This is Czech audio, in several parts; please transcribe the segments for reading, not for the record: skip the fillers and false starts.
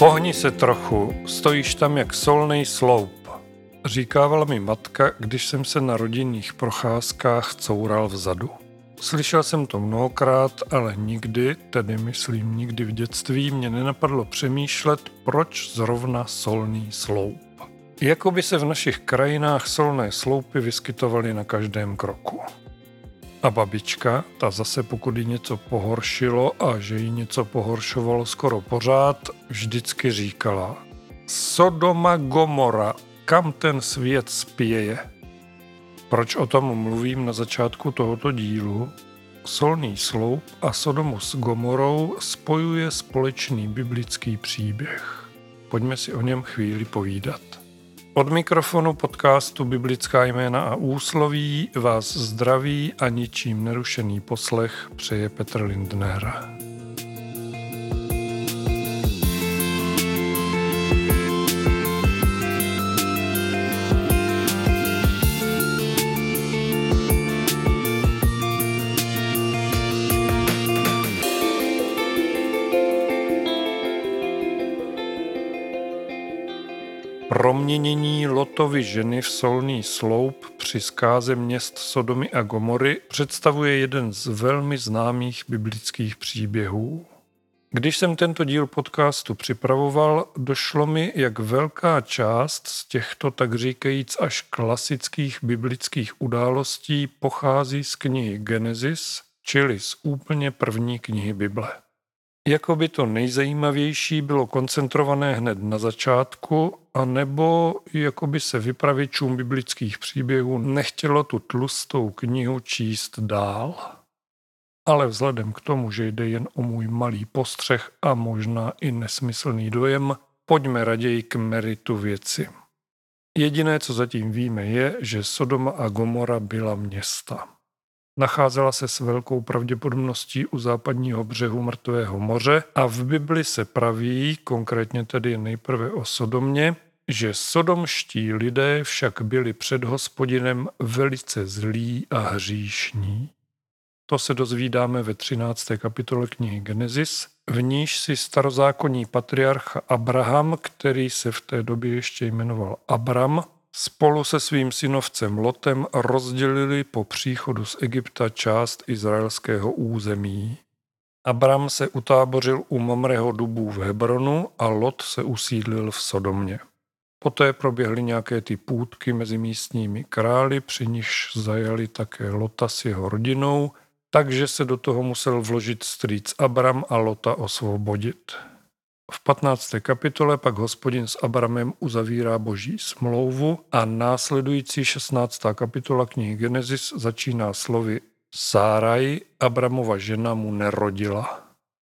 Pohni se trochu, stojíš tam jak solnej sloup, říkávala mi matka, když jsem se na rodinných procházkách coural vzadu. Slyšel jsem to mnohokrát, ale nikdy, tedy myslím nikdy v dětství, mě nenapadlo přemýšlet, proč zrovna solný sloup. Jakoby se v našich krajinách solné sloupy vyskytovaly na každém kroku. A babička, ta zase pokud jí něco pohoršilo a že jí něco pohoršovalo skoro pořád, vždycky říkala: Sodoma Gomora, kam ten svět spěje? Proč o tom mluvím na začátku tohoto dílu? Solný sloup a Sodomu s Gomorou spojuje společný biblický příběh. Pojďme si o něm chvíli povídat. Od mikrofonu podcastu Biblická jména a úsloví vás zdraví a ničím nerušený poslech přeje Petr Lindner. Proměnění Lotovy ženy v solný sloup při zkáze měst Sodomy a Gomory představuje jeden z velmi známých biblických příběhů. Když jsem tento díl podcastu připravoval, došlo mi, jak velká část z těchto tak říkajíc až klasických biblických událostí pochází z knihy Genesis, čili z úplně první knihy Bible. Jakoby to nejzajímavější bylo koncentrované hned na začátku, anebo jakoby se vypravěčům biblických příběhů nechtělo tu tlustou knihu číst dál. Ale vzhledem k tomu, že jde jen o můj malý postřeh a možná i nesmyslný dojem, pojďme raději k meritu věci. Jediné, co zatím víme, je, že Sodoma a Gomora byla města. Nacházela se s velkou pravděpodobností u západního břehu Mrtvého moře a v Bibli se praví, konkrétně tedy nejprve o Sodomě, že sodomští lidé však byli před Hospodinem velice zlí a hříšní. To se dozvídáme ve 13. kapitole knihy Genesis, v níž si starozákonní patriarcha Abraham, který se v té době ještě jmenoval Abram, spolu se svým synovcem Lotem rozdělili po příchodu z Egypta část izraelského území. Abram se utábořil u Mamreho dubů v Hebronu a Lot se usídlil v Sodomě. Poté proběhly nějaké ty půtky mezi místními králi, při nichž zajali také Lota s jeho rodinou, takže se do toho musel vložit strýc Abram a Lota osvobodit. V 15. kapitole pak Hospodin s Abramem uzavírá boží smlouvu a následující 16. kapitola knihy Genesis začíná slovy Sáraj, Abramova žena, mu nerodila.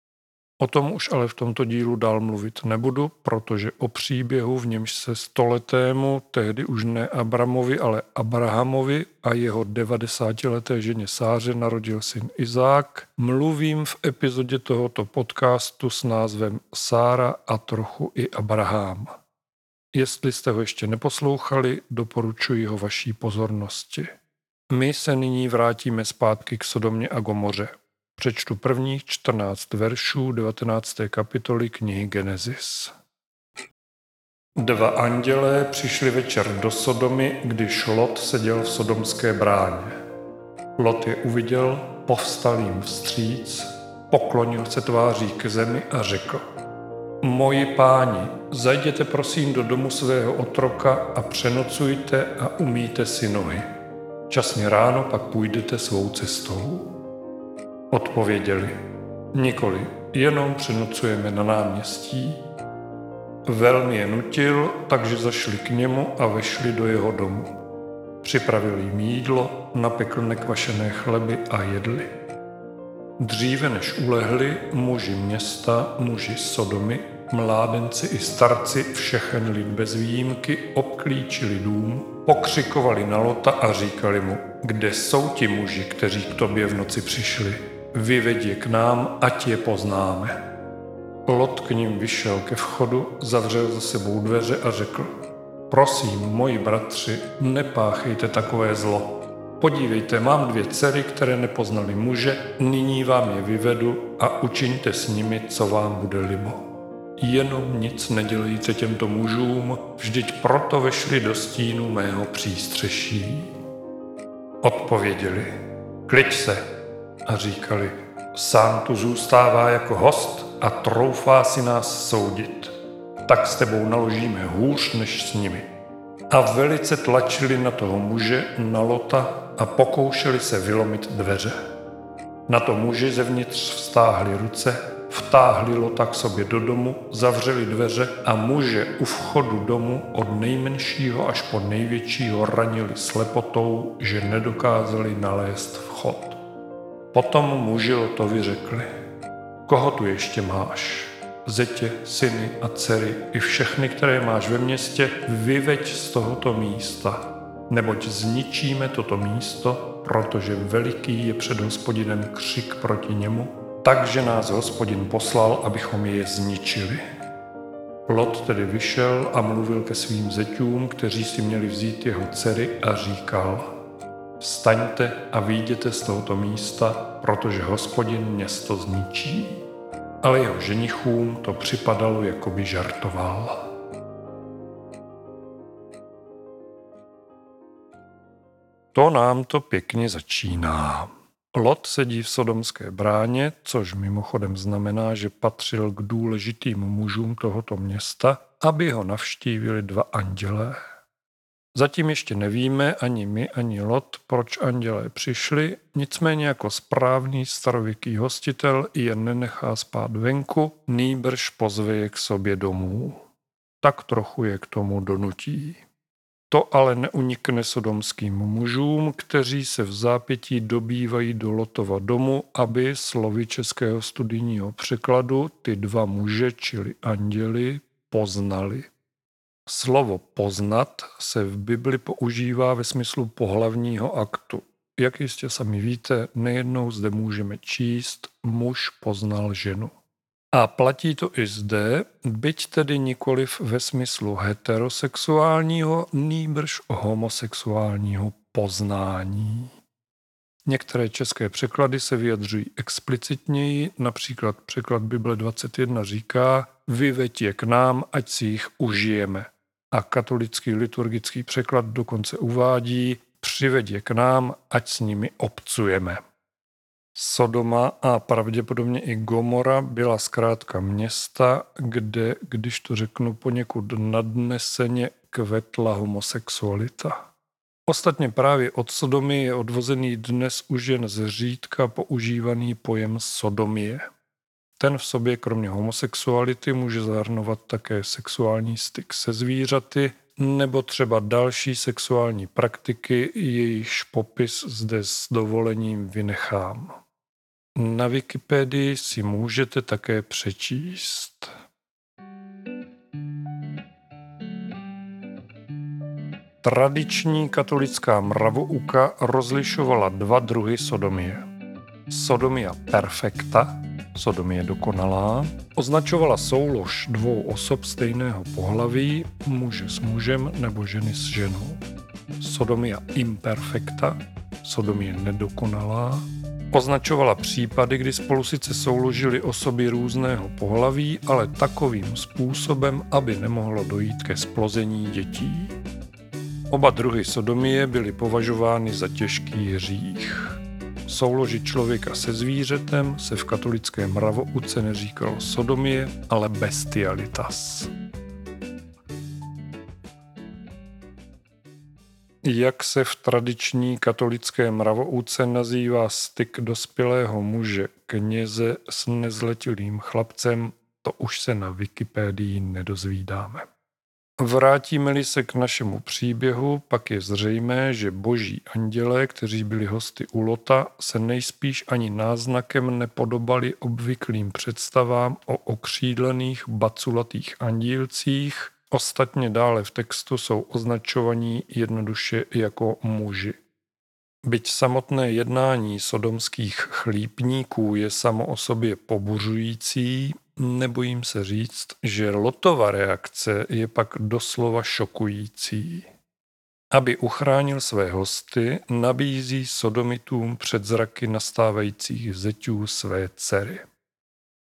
O tom už ale v tomto dílu dál mluvit nebudu, protože o příběhu, v němž se stoletému, tehdy už ne Abramovi, ale Abrahamovi a jeho 90leté ženě Sáře narodil syn Izák, mluvím v epizodě tohoto podcastu s názvem Sára a trochu i Abraham. Jestli jste ho ještě neposlouchali, doporučuji ho vaší pozornosti. My se nyní vrátíme zpátky k Sodomě a Gomoře. Přečtu prvních 14 veršů 19. kapitoly knihy Genesis. 2 andělé přišli večer do Sodomy, když Lot seděl v sodomské bráně. Lot je uviděl, povstal jim vstříc, poklonil se tváří k zemi a řekl: Moji páni, zajděte prosím do domu svého otroka a přenocujte a umýjte si nohy. Časně ráno pak půjdete svou cestou. Odpověděli: Nikoli, jenom přenocujeme na náměstí. Velmi je nutil, takže zašli k němu a vešli do jeho domu. Připravil jim jídlo, napekl nekvašené chleby a jedli. Dříve než ulehli, muži města, muži Sodomy, mládenci i starci, všechen lid bez výjimky, obklíčili dům, pokřikovali na Lota a říkali mu: Kde jsou ti muži, kteří k tobě v noci přišli? Vyveď je k nám, ať je poznáme. Lot k ním vyšel ke vchodu, zavřel za sebou dveře a řekl: Prosím, moji bratři, nepáchejte takové zlo. Podívejte, mám 2 dcery, které nepoznaly muže, nyní vám je vyvedu a učiňte s nimi, co vám bude libo. Jenom nic nedělejte těmto mužům, vždyť proto vešli do stínu mého přístřeší. Odpověděli, kliď se, a říkali, sám tu zůstává jako host a troufá si nás soudit. Tak s tebou naložíme hůř než s nimi. A velice tlačili na toho muže, na Lota, a pokoušeli se vylomit dveře. Na to muži zevnitř vztáhli ruce, vtáhli Lota k sobě do domu, zavřeli dveře a muže u vchodu domu od nejmenšího až po největšího ranili slepotou, že nedokázali nalézt vchod. Potom muži Lotovi řekli, koho tu ještě máš? Zetě, syny a dcery i všechny, které máš ve městě, vyveď z tohoto místa, neboť zničíme toto místo, protože veliký je před Hospodinem křik proti němu, takže nás Hospodin poslal, abychom je zničili. Lot tedy vyšel a mluvil ke svým zeťům, kteří si měli vzít jeho dcery, a říkal, vstaňte a vyjděte z tohoto místa, protože Hospodin město zničí. Ale jeho ženichům to připadalo, jako by žartoval. To nám to pěkně začíná. Lot sedí v sodomské bráně, což mimochodem znamená, že patřil k důležitým mužům tohoto města, aby ho navštívili dva andělé. Zatím ještě nevíme ani my, ani Lot, proč andělé přišli, nicméně jako správný starověký hostitel je nenechá spát venku, nýbrž pozve je k sobě domů. Tak trochu je k tomu donutí. To ale neunikne sodomským mužům, kteří se v zápětí dobývají do Lotova domu, aby, slovy českého studijního překladu, ty dva muže, čili anděli, poznali. Slovo poznat se v Bibli používá ve smyslu pohlavního aktu. Jak jistě sami víte, nejednou zde můžeme číst, muž poznal ženu. A platí to i zde, byť tedy nikoliv ve smyslu heterosexuálního, nýbrž homosexuálního poznání. Některé české překlady se vyjadřují explicitněji, například překlad Bible 21 říká, vyveď je k nám, ať si jich užijeme. A katolický liturgický překlad dokonce uvádí, přiveď je k nám, ať s nimi obcujeme. Sodoma a pravděpodobně i Gomora byla zkrátka města, kde, když to řeknu poněkud nadneseně, kvetla homosexualita. Ostatně právě od Sodomy je odvozený dnes už jen zřídka používaný pojem sodomie. Ten v sobě kromě homosexuality může zahrnovat také sexuální styk se zvířaty nebo třeba další sexuální praktiky, jejichž popis zde s dovolením vynechám. Na Wikipedii si můžete také přečíst. Tradiční katolická mravouka rozlišovala dva druhy sodomie. Sodomia perfecta, sodomie dokonalá, označovala soulož dvou osob stejného pohlaví, muže s mužem nebo ženy s ženou. Sodomia imperfecta, sodomie nedokonalá, označovala případy, kdy spolu sice souložili osoby různého pohlaví, ale takovým způsobem, aby nemohlo dojít ke splození dětí. Oba druhy sodomie byly považovány za těžký hřích. Souložit člověka se zvířetem se v katolické mravouce neříkalo sodomie, ale bestialitas. Jak se v tradiční katolické mravouce nazývá styk dospělého muže kněze s nezletilým chlapcem, to už se na Wikipedii nedozvídáme. Vrátíme-li se k našemu příběhu, pak je zřejmé, že boží andělé, kteří byli hosty u Lota, se nejspíš ani náznakem nepodobali obvyklým představám o okřídlených baculatých andílcích, ostatně dále v textu jsou označovaní jednoduše jako muži. Byť samotné jednání sodomských chlípníků je samo o sobě pobuřující, nebojím se říct, že Lotova reakce je pak doslova šokující. Aby uchránil své hosty, nabízí sodomitům před zraky nastávajících zeťů své dcery.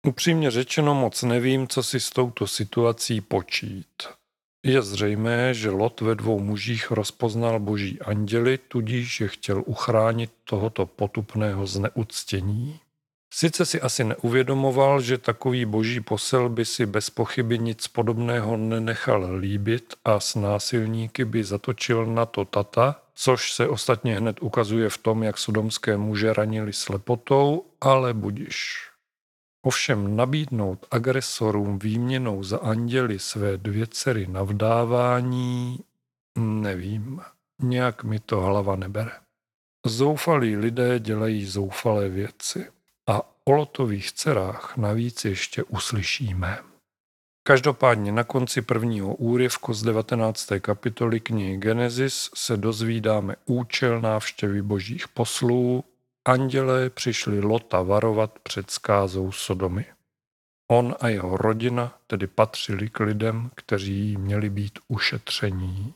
Upřímně řečeno moc nevím, co si s touto situací počít. Je zřejmé, že Lot ve dvou mužích rozpoznal boží anděly, tudíž je chtěl uchránit tohoto potupného zneuctění. Sice si asi neuvědomoval, že takový boží posel by si bez pochyby nic podobného nenechal líbit a s násilníky by zatočil na to tata, což se ostatně hned ukazuje v tom, jak sodomské muže ranili slepotou, ale budiš. Ovšem nabídnout agresorům výměnou za anděly své 2 dcery na vdávání, nevím, nějak mi to hlava nebere. Zoufalí lidé dělají zoufalé věci a o Lotových dcerách navíc ještě uslyšíme. Každopádně na konci prvního úryvku z 19. kapitoly knihy Genesis se dozvídáme účel návštěvy božích poslů. Andělé přišli Lota varovat před zkázou Sodomy. On a jeho rodina tedy patřili k lidem, kteří měli být ušetření.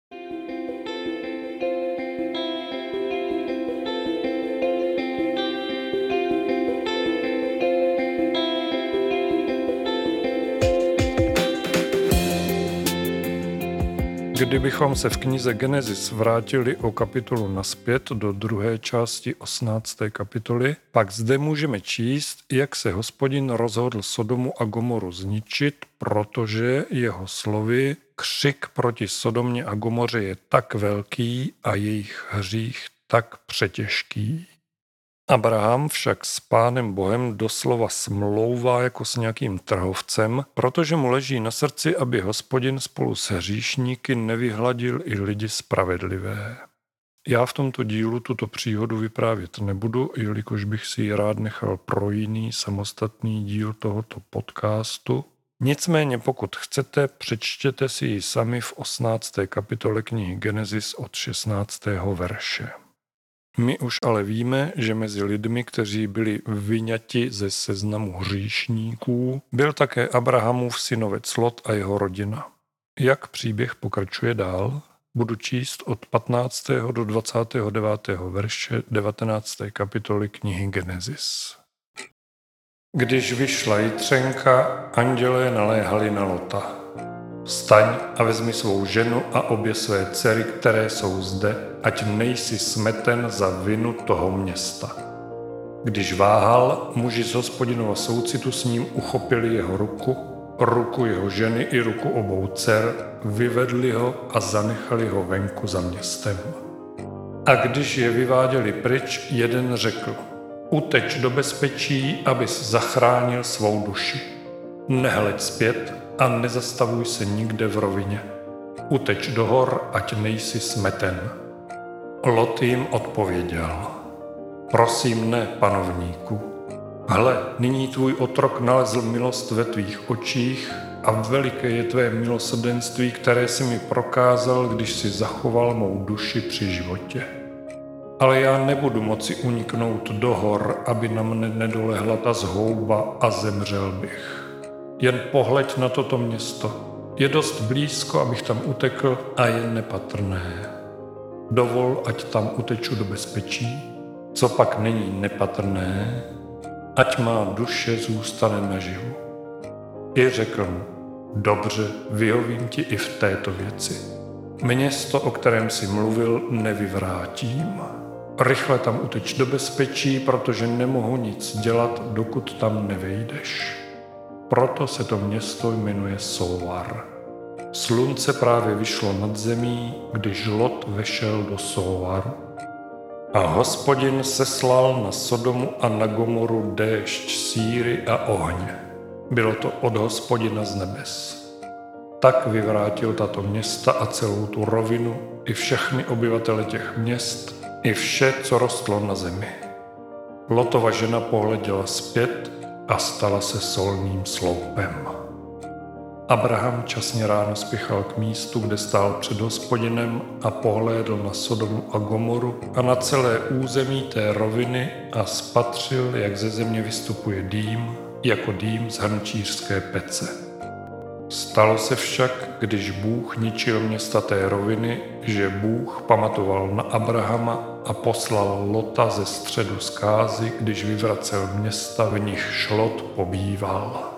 Kdybychom se v knize Genesis vrátili o kapitolu nazpět do 2. části 18. kapitoly, pak zde můžeme číst, jak se Hospodin rozhodl Sodomu a Gomoru zničit, protože jeho slovy křik proti Sodomě a Gomoře je tak velký a jejich hřích tak přetěžký. Abraham však s Pánem Bohem doslova smlouvá jako s nějakým trhovcem, protože mu leží na srdci, aby Hospodin spolu s hříšníky nevyhladil i lidi spravedlivé. Já v tomto dílu tuto příhodu vyprávět nebudu, jelikož bych si ji rád nechal pro jiný samostatný díl tohoto podcastu. Nicméně pokud chcete, přečtěte si ji sami v 18. kapitole knihy Genesis od 16. verše. My už ale víme, že mezi lidmi, kteří byli vyňati ze seznamu hříšníků, byl také Abrahamův synovec Lot a jeho rodina. Jak příběh pokračuje dál, budu číst od 15. do 29. verše 19. kapitoly knihy Genesis. Když vyšla jitřenka, andělé naléhali na Lota. Vstaň a vezmi svou ženu a obě své dcery, které jsou zde, ať nejsi smeten za vinu toho města. Když váhal, muži z Hospodinova soucitu s ním uchopili jeho ruku jeho ženy i ruku obou dcer, vyvedli ho a zanechali ho venku za městem. A když je vyváděli pryč, jeden řekl: Uteč do bezpečí, abys zachránil svou duši. Nehleď zpět a nezastavuj se nikde v rovině. Uteč do hor, ať nejsi smeten. Lot jim odpověděl: Prosím, ne, panovníku. Hle, nyní tvůj otrok nalezl milost ve tvých očích a veliké je tvé milosrdenství, které si mi prokázal, když si zachoval mou duši při životě. Ale já nebudu moci uniknout do hor, aby na mne nedolehla ta zhouba a zemřel bych. Jen pohleď na toto město. Je dost blízko, abych tam utekl, a je nepatrné. Dovol, ať tam uteču do bezpečí. Co pak není nepatrné, ať má duše zůstane naživu. I řekl mu: Dobře, vyhovím ti i v této věci. Město, o kterém jsi mluvil, nevyvrátím. Rychle tam uteč do bezpečí, protože nemohu nic dělat, dokud tam nevejdeš. Proto se to město jmenuje Sóvar. Slunce právě vyšlo nad zemí, když Lot vešel do Sóvaru. A Hospodin seslal na Sodomu a na Gomoru déšť síry a ohně. Bylo to od Hospodina z nebes. Tak vyvrátil tato města a celou tu rovinu, i všechny obyvatele těch měst, i vše, co rostlo na zemi. Lotova žena pohleděla zpět a stala se solným sloupem. Abraham časně ráno spěchal k místu, kde stál před Hospodinem, a pohlédl na Sodomu a Gomoru a na celé území té roviny a spatřil, jak ze země vystupuje dým, jako dým z hrnčířské pece. Stalo se však, když Bůh ničil města té roviny, že Bůh pamatoval na Abrahama a poslal Lota ze středu zkázy, když vyvracel města, v nichž Lot pobýval.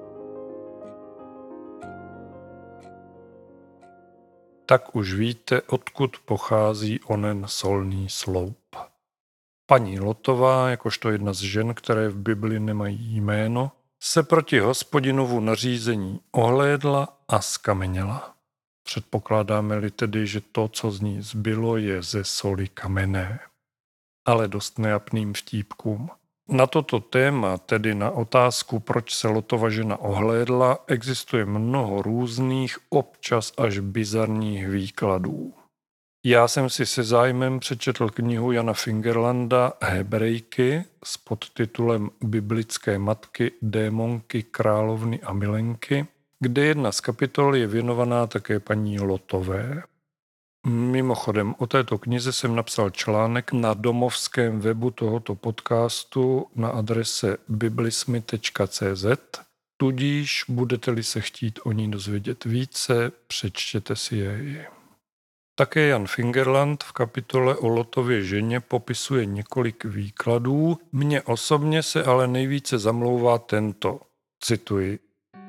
Tak už víte, odkud pochází onen solný sloup. Paní Lotová, jakožto jedna z žen, které v Bibli nemají jméno, se proti Hospodinovu nařízení ohlédla a skameněla. Předpokládáme-li tedy, že to, co z ní zbylo, je ze soli kamenné. Ale dost nejapným vtípkům. Na toto téma, tedy na otázku, proč se Lotova žena ohlédla, existuje mnoho různých, občas až bizarních výkladů. Já jsem si se zájmem přečetl knihu Jana Fingerlanda Hebrejky s podtitulem Biblické matky, démonky, královny a milenky, kde jedna z kapitol je věnovaná také paní Lotové. Mimochodem, o této knize jsem napsal článek na domovském webu tohoto podcastu na adrese biblismy.cz, tudíž budete-li se chtít o ní dozvědět více, přečtěte si jej. Také Jan Fingerland v kapitole o Lotově ženě popisuje několik výkladů, mně osobně se ale nejvíce zamlouvá tento, cituji.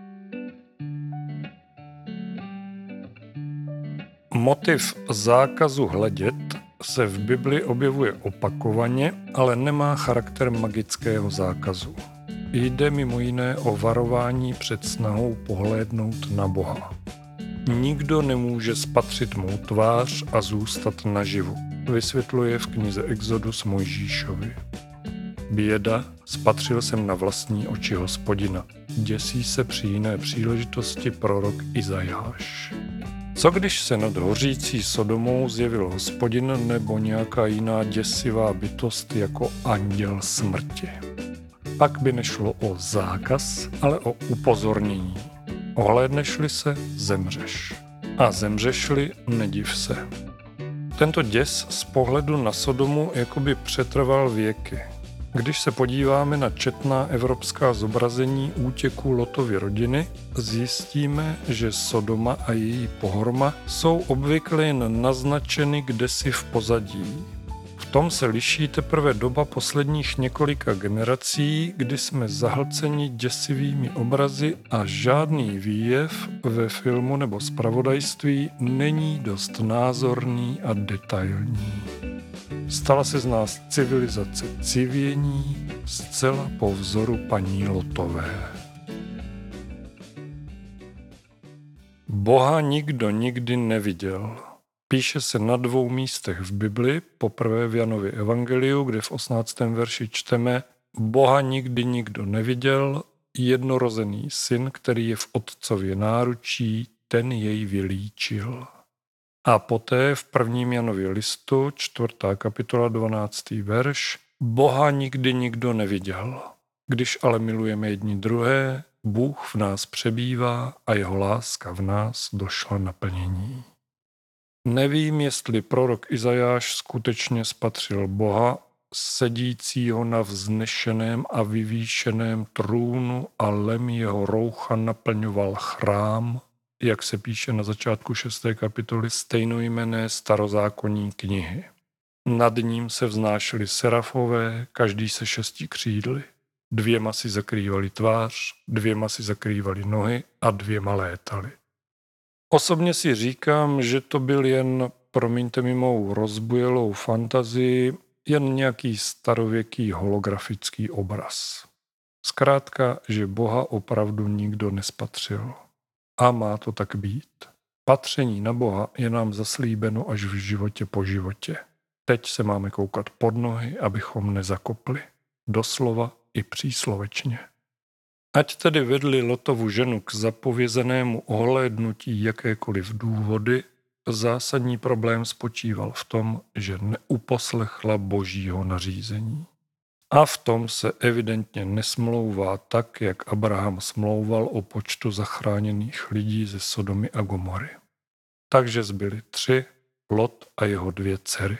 Motiv zákazu hledět se v Bibli objevuje opakovaně, ale nemá charakter magického zákazu. Jde mimo jiné o varování před snahou pohlédnout na Boha. Nikdo nemůže spatřit mou tvář a zůstat naživu, vysvětluje v knize Exodus Mojžíšovi. Běda, spatřil jsem na vlastní oči Hospodina. Děsí se při jiné příležitosti prorok Izajáš. Co když se nad hořící Sodomou zjevil Hospodin nebo nějaká jiná děsivá bytost jako anděl smrti? Pak by nešlo o zákaz, ale o upozornění. Ohlédneš-li se, zemřeš. A zemřeš-li, nediv se. Tento děs z pohledu na Sodomu jakoby přetrval věky. Když se podíváme na četná evropská zobrazení útěku Lotovy rodiny, zjistíme, že Sodoma a její pohroma jsou obvykle jen naznačeny kdesi v pozadí. V tom se liší teprve doba posledních několika generací, kdy jsme zahlceni děsivými obrazy a žádný výjev ve filmu nebo zpravodajství není dost názorný a detailní. Stala se z nás civilizace civění zcela po vzoru paní Lotové. Boha nikdo nikdy neviděl. Píše se na 2 místech v Bibli, poprvé v Janově evangeliu, kde v 18. verši čteme Boha nikdy nikdo neviděl, jednorozený syn, který je v otcově náručí, ten jej vylíčil. A poté v 1. Janově listu, 4. kapitola, 12. verš, Boha nikdy nikdo neviděl. Když ale milujeme jedni druhé, Bůh v nás přebývá a jeho láska v nás došla naplnění. Nevím, jestli prorok Izajáš skutečně spatřil Boha, sedícího na vznešeném a vyvýšeném trůnu a lem jeho roucha naplňoval chrám, jak se píše na začátku 6. kapitoly stejnojmenné starozákonní knihy. Nad ním se vznášeli serafové, každý se 6 křídly. 2 si zakrývali tvář, 2 si zakrývali nohy a 2 létali. Osobně si říkám, že to byl jen, promiňte mi mou rozbujelou fantazii, jen nějaký starověký holografický obraz. Zkrátka, že Boha opravdu nikdo nespatřil. A má to tak být. Patření na Boha je nám zaslíbeno až v životě po životě. Teď se máme koukat pod nohy, abychom nezakopli. Doslova i příslovečně. Ať tedy vedli Lotovu ženu k zapovězenému ohlédnutí jakékoliv důvody, zásadní problém spočíval v tom, že neuposlechla božího nařízení. A v tom se evidentně nesmlouvá tak, jak Abraham smlouval o počtu zachráněných lidí ze Sodomy a Gomory. Takže zbyli 3, Lot a jeho 2 dcery.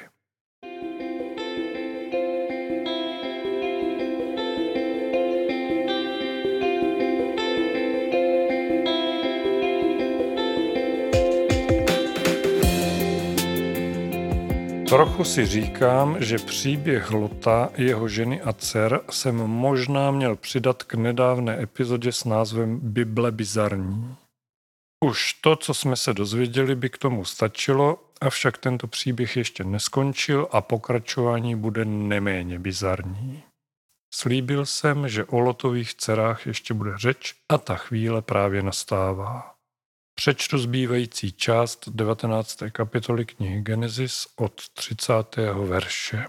Trochu si říkám, že příběh Lota, jeho ženy a dcer jsem možná měl přidat k nedávné epizodě s názvem Bible bizarní. Už to, co jsme se dozvěděli, by k tomu stačilo, avšak tento příběh ještě neskončil a pokračování bude neméně bizarní. Slíbil jsem, že o Lotových dcerách ještě bude řeč a ta chvíle právě nastává. Přečtu zbývající část 19. kapitoly knihy Genesis od 30. verše.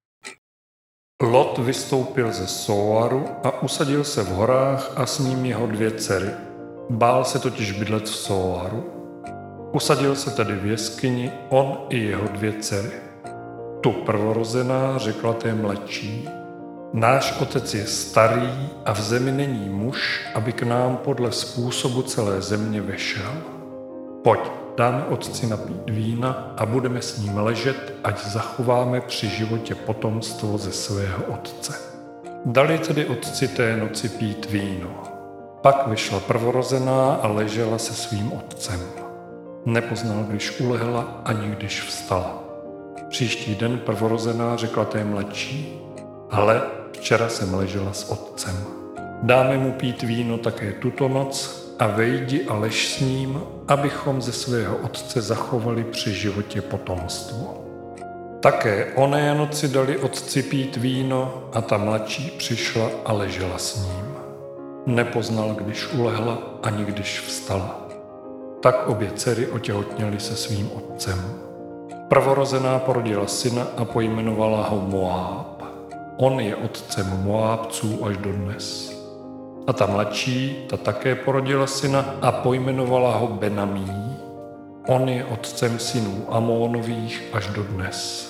Lot vystoupil ze Sóaru a usadil se v horách a s ním jeho 2 dcery. Bál se totiž bydlet v Sóaru. Usadil se tedy v jeskyni on i jeho 2 dcery. Tu prvorozená řekla té mladší: Náš otec je starý a v zemi není muž, aby k nám podle způsobu celé země vešel. Pojď, dáme otci napít vína a budeme s ním ležet, ať zachováme při životě potomstvo ze svého otce. Dali tedy otci té noci pít víno. Pak vyšla prvorozená a ležela se svým otcem. Nepoznal, když ulehla, ani když vstala. Příští den prvorozená řekla té mladší: Hle, včera jsem ležela s otcem. Dáme mu pít víno také tuto noc a vejdi a lež s ním, abychom ze svého otce zachovali při životě potomstvo. Také oné noci dali otci pít víno a ta mladší přišla a ležela s ním. Nepoznal, když ulehla, ani když vstala. Tak obě dcery otěhotněly se svým otcem. Prvorozená porodila syna a pojmenovala ho Moáb. On je otcem Moábců až dodnes. A ta mladší, ta také porodila syna a pojmenovala ho Benamí. On je otcem synů Amónových až dodnes.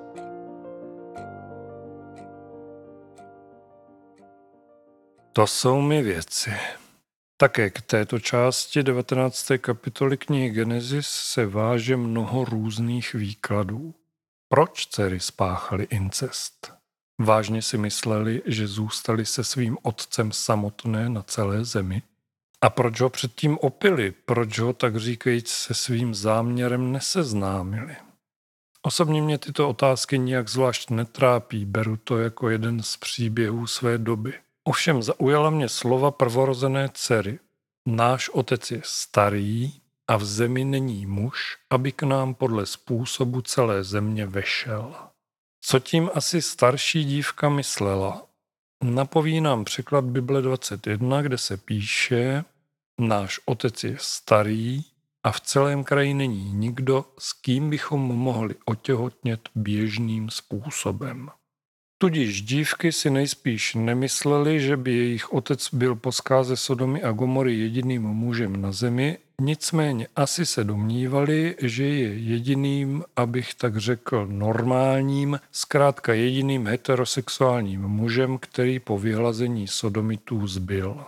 To jsou mi věci. Také k této části 19. kapitoly knihy Genesis se váže mnoho různých výkladů. Proč dcery spáchaly incest? Vážně si mysleli, že zůstali se svým otcem samotné na celé zemi? A proč ho předtím opili? Proč ho, tak říkajíc, se svým záměrem neseznámili? Osobně mě tyto otázky nijak zvlášť netrápí, beru to jako jeden z příběhů své doby. Ovšem zaujala mě slova prvorozené dcery. Náš otec je starý a v zemi není muž, aby k nám podle způsobu celé země vešel. Co tím asi starší dívka myslela? Napoví nám překlad Bible 21, kde se píše: Náš otec je starý a v celém kraji není nikdo, s kým bychom mohli otěhotnět běžným způsobem. Tudíž dívky si nejspíš nemysleli, že by jejich otec byl po zkáze Sodomy a Gomory jediným mužem na zemi, nicméně asi se domnívali, že je jediným, abych tak řekl, normálním, zkrátka jediným heterosexuálním mužem, který po vyhlazení sodomitů zbyl.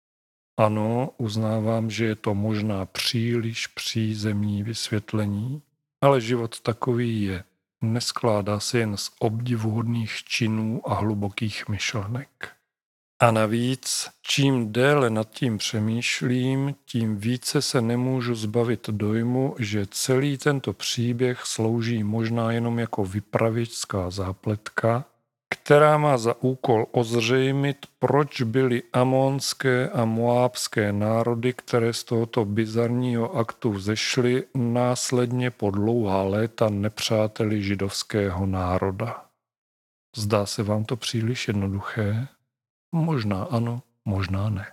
Ano, uznávám, že je to možná příliš přízemní vysvětlení, ale život takový je. Neskládá se jen z obdivuhodných činů a hlubokých myšlenek. A navíc, čím déle nad tím přemýšlím, tím více se nemůžu zbavit dojmu, že celý tento příběh slouží možná jenom jako vypravěčská zápletka, která má za úkol ozřejmit, proč byly amonské a moábské národy, které z tohoto bizarního aktu vzešly, následně po dlouhá léta nepřáteli židovského národa. Zdá se vám to příliš jednoduché? Možná ano, možná ne.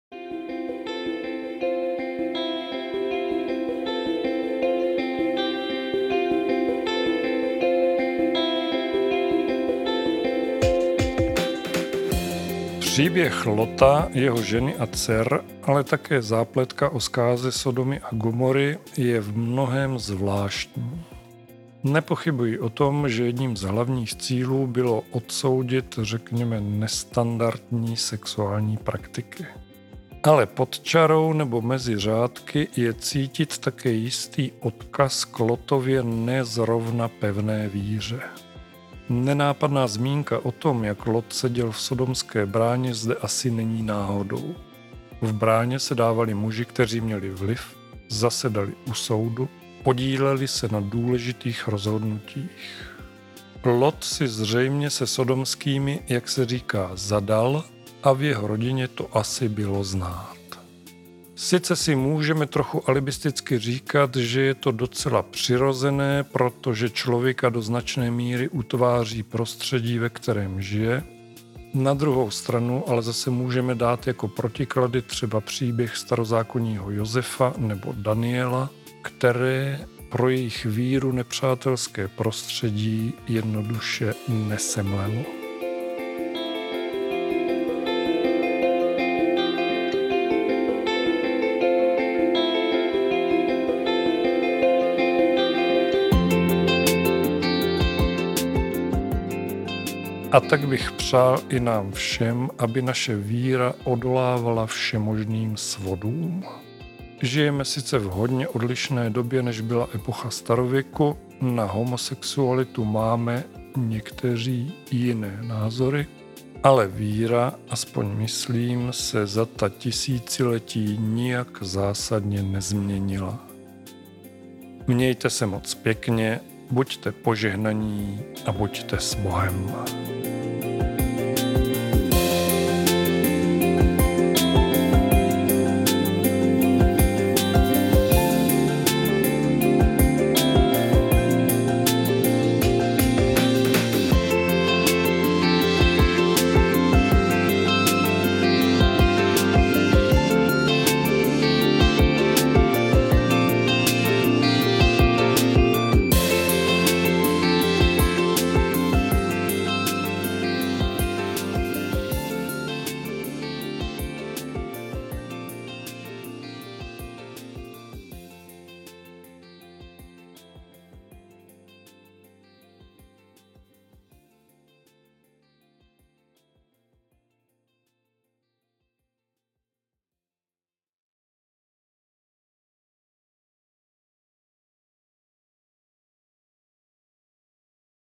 Příběh Lota, jeho ženy a dcer, ale také zápletka o zkáze Sodomy a Gomory je v mnohém zvláštní. Nepochybuji o tom, že jedním z hlavních cílů bylo odsoudit, řekněme, nestandardní sexuální praktiky. Ale pod čarou nebo mezi řádky je cítit také jistý odkaz k Lotově nezrovna pevné víře. Nenápadná zmínka o tom, jak Lot seděl v sodomské bráně, zde asi není náhodou. V bráně se dávali muži, kteří měli vliv, zasedali u soudu podíleli se na důležitých rozhodnutích. Lot si zřejmě se sodomskými, jak se říká, zadal a v jeho rodině to asi bylo znát. Sice si můžeme trochu alibisticky říkat, že je to docela přirozené, protože člověka do značné míry utváří prostředí, ve kterém žije. Na druhou stranu ale zase můžeme dát jako protiklady třeba příběh starozákonního Josefa nebo Daniela, které pro jejich víru nepřátelské prostředí jednoduše nesemlelo. A tak bych přál i nám všem, aby naše víra odolávala všemožným svodům. Žijeme sice v hodně odlišné době, než byla epocha starověku, na homosexualitu máme někteří jiné názory, ale víra, aspoň myslím, se za ta tisíciletí nijak zásadně nezměnila. Mějte se moc pěkně, buďte požehnaní a buďte s Bohem.